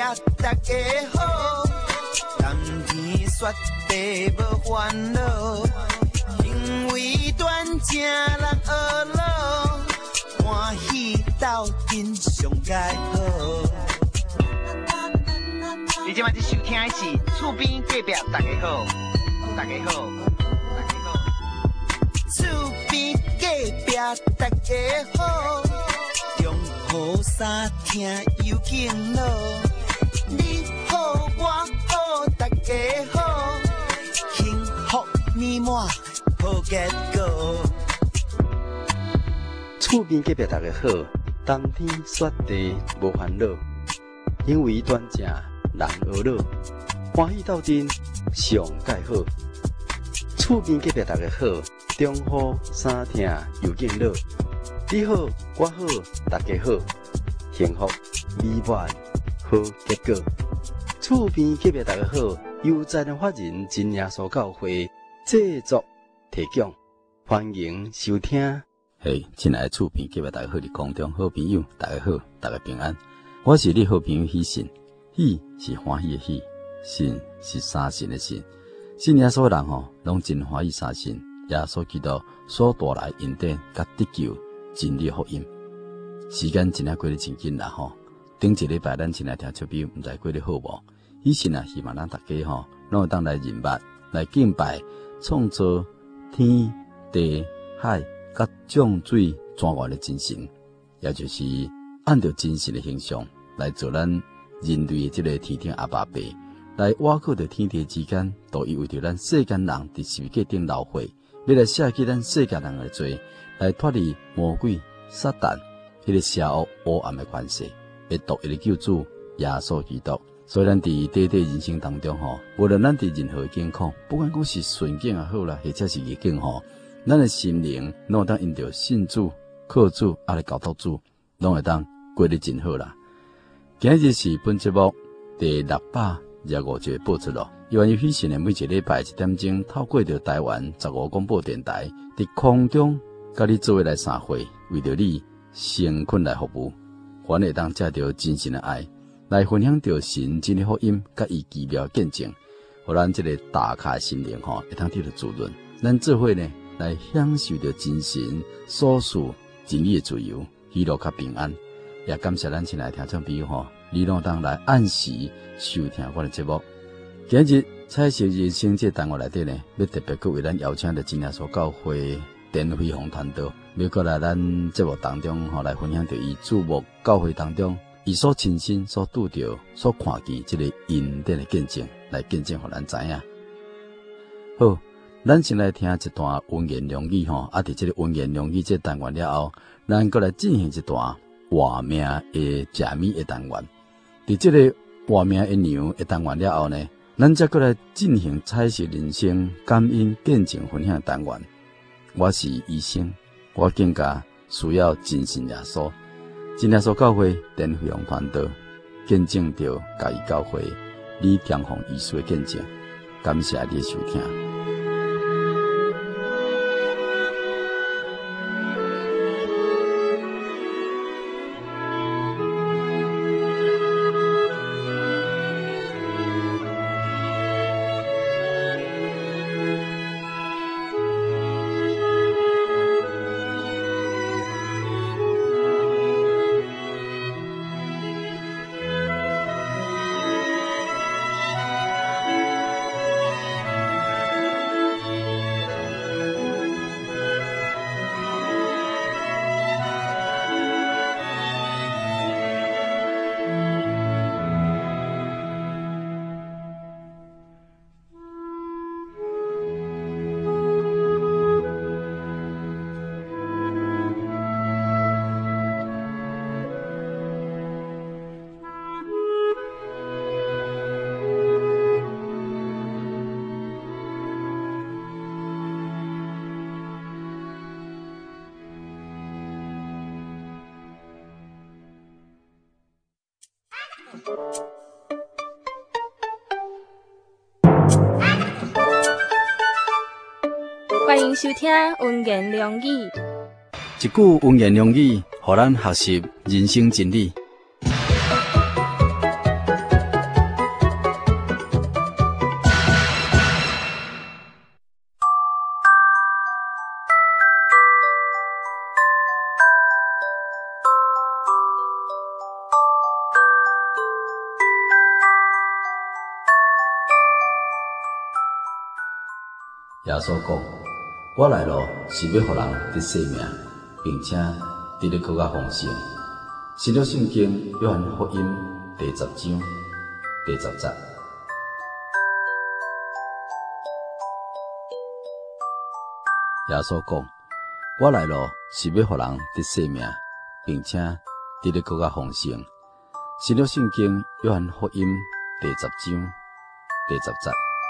大家好，冬天雪地无烦恼，行为端正人学老，欢喜斗阵上佳好。你今晚在收听的是厝边隔壁大家好，大家好，大家好，厝边隔壁大家好。中好三听有敬老，你好我好大家好，幸福美满好结果。 厝边隔壁大家好，冬天雪地无烦恼，因为端正人学老，欢喜斗阵上介好。厝边隔壁大家好，中好三听有敬老。你好，我好，大家好，幸福美满好结果。厝边隔壁大家好，由在人法人真耶稣教会制作提供，欢迎收听。 嘿，亲爱的厝边隔壁大家好，你空中好朋友，大家好，大家平安。我是你好朋友喜信，喜是欢喜的喜，信是三信的信。信耶稣人拢真欢喜三信，耶稣基督所带来恩典甲得救。真理福音，时间真过得真紧啦顶一礼拜咱亲来听出表，唔知过得好无？以前希望咱大家拢会当来认捌、来敬拜创造天地海甲众水庄外的真神，也就是按照真神的形象来做咱人类的这个天顶阿爸爸，来挖靠着天地之间，都意味着咱世间人伫世界顶流血，要来写起咱世界人的罪。来脱离魔鬼撒旦迄个邪恶黑暗的关系，会独一的救主耶稣基督。所以咱伫短短人生当中无论咱伫任何的境况，不管讲是顺境也好啦，或者是逆境咱的心灵拢会当因着信主、靠主来交托主，拢会当过得真好啦。今日是本节目第625集播出咯。愿意喜信的每一个礼拜1点钟，透过着台湾15广播电台伫空中。甲你做伙来三会，为着你诚恳来服务，还会当借着真神的爱，来分享着神真的福音，甲伊奇妙见证，互咱这个打开心灵会当得到滋润。咱做伙呢，来享受着真神所赐真理的自由、喜乐甲平安。也感谢咱亲爱听众朋友你拢当来按时收听我的节目。今日彩色人生这单元内底呢，要特别为咱邀请的真耶稣教会。电飞鸿传道，要过来咱节目当中来分享着伊注目教会当中伊所亲身所拄着、所看见这个恩典的见证，来见证互咱知影。好，咱先来听一段文言良语伫这个文言良语这单元了后，咱过来进行一段活命的食米的单元。伫这个活命的牛的单元了后呢，咱再过来进行彩色人生感恩见证分享单元。我是医生，我更加需要真信耶稣。真耶稣教会电飞鸿传道，见证着家己教会李天凤医师的见证。感谢你的收听。 欢迎收听文言良语。 一句文言良语，互咱学习人生真理。 耶稣讲：“我来了是要互人得生命，并且得咧更加丰盛。”新约圣经约翰福音第10章第10节。耶稣讲：“我来了是要互人得生命，并且得咧更加丰盛。”新约圣经约翰福音第10章第10节。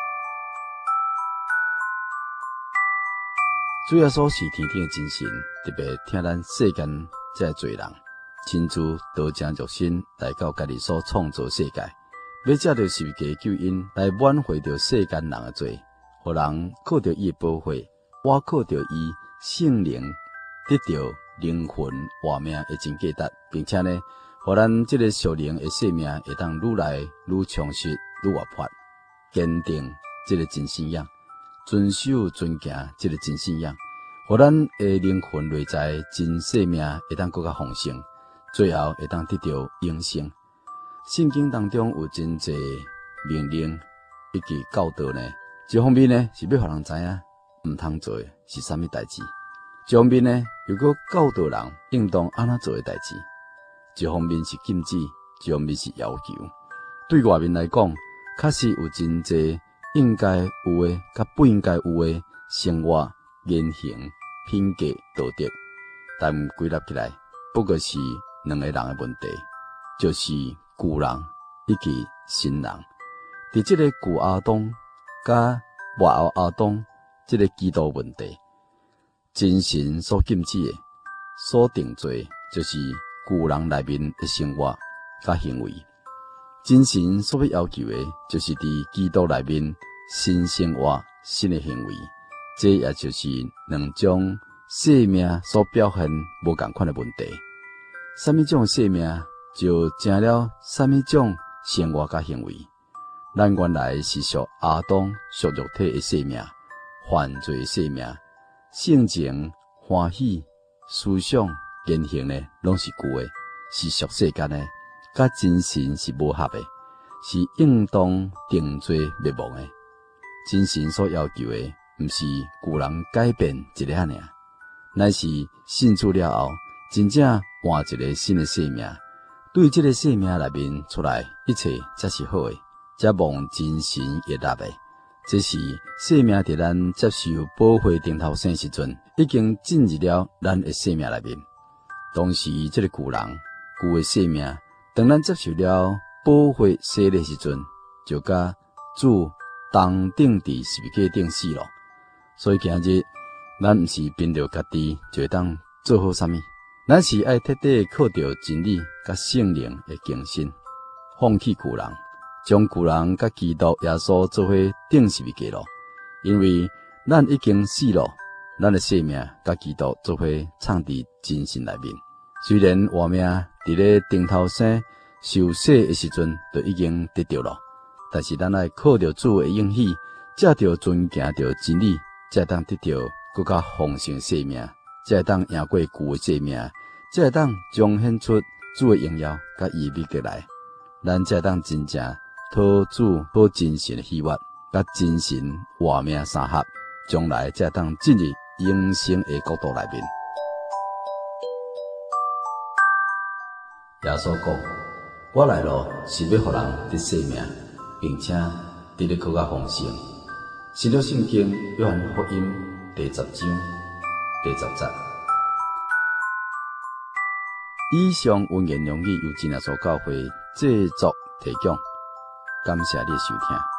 主耶稣是天顶的真神，特别听咱世间这罪人，亲自道成肉身来到家己所创造世界，要借着十字架救恩来挽回着世间人的罪，互人靠着伊的保惠，我靠着伊圣灵得到灵魂活命的真价值，并且呢，互咱这个属灵的生命会当愈来愈充实、愈活泼，坚定这个真信仰。遵守、尊敬这个真信仰，互咱的灵魂内在真生命会当更加丰盛，最后会当得到永生。圣经当中有真侪命令以及教导呢，一方面呢是要互人知影毋通做的是啥物代志，一方面呢又搁教导人应当安怎做的代志。一方面是禁止，一方面是要求。对外面来讲，确实有真侪应该有诶，甲不应该有诶生活、言行、品格、道德，但归纳起来，不过是两个人诶问题，就是旧人以及新人。伫这个旧亚当甲末后亚当这个基督问题，真神所禁止诶、所定罪，就是旧人内面诶生活甲行为。真神所要要求的，就是伫基督内面新生活、新的行为，这也就是两种生命所表现无同款的问题。什么种生命，就成了什么种生活甲行为。咱原来是属亚当属肉体的生命、犯罪的生命，性情、欢喜、思想、言行呢，拢是旧的，是属世间的。甲真神是无合的，是应当定罪灭亡的。真神所要求的，毋是旧人改变一下尔，乃是信主了后，真正换一个新的生命。对这个生命内面出来，一切才是好的，才望真神悦纳的。这是生命伫咱接受保惠顶头生时阵，已经进入了咱的生命内面。当时这个旧人、旧的生命。当咱接受了保惠洗礼时阵，就甲主同定伫十字架顶死咯。所以今日咱毋是凭着家己就会当做好啥物，咱是爱彻底靠着真理甲圣灵的更新，放弃旧人，将旧人甲基督耶稣做伙顶十字架咯。因为咱已经死咯，咱的生命甲基督做伙藏伫真神内面。虽然活命伫咧顶头生受洗的时阵就已经得到了，但是咱爱靠着主的应许，才着尊敬着真理，才当得到更加丰盛生命，才当赢过旧的生命，才当彰显出主的荣耀甲伊美过来。咱才当真正讨主、讨真神的喜悦，甲真神活命相合，将来才当进入永生的国度内面。耶稣讲：“我来了是要互人得生命，并且得咧更加丰盛。”新约圣经约翰福音第10章第10节。以上文言良语由真耶稣教会制作提供，感谢你的收听。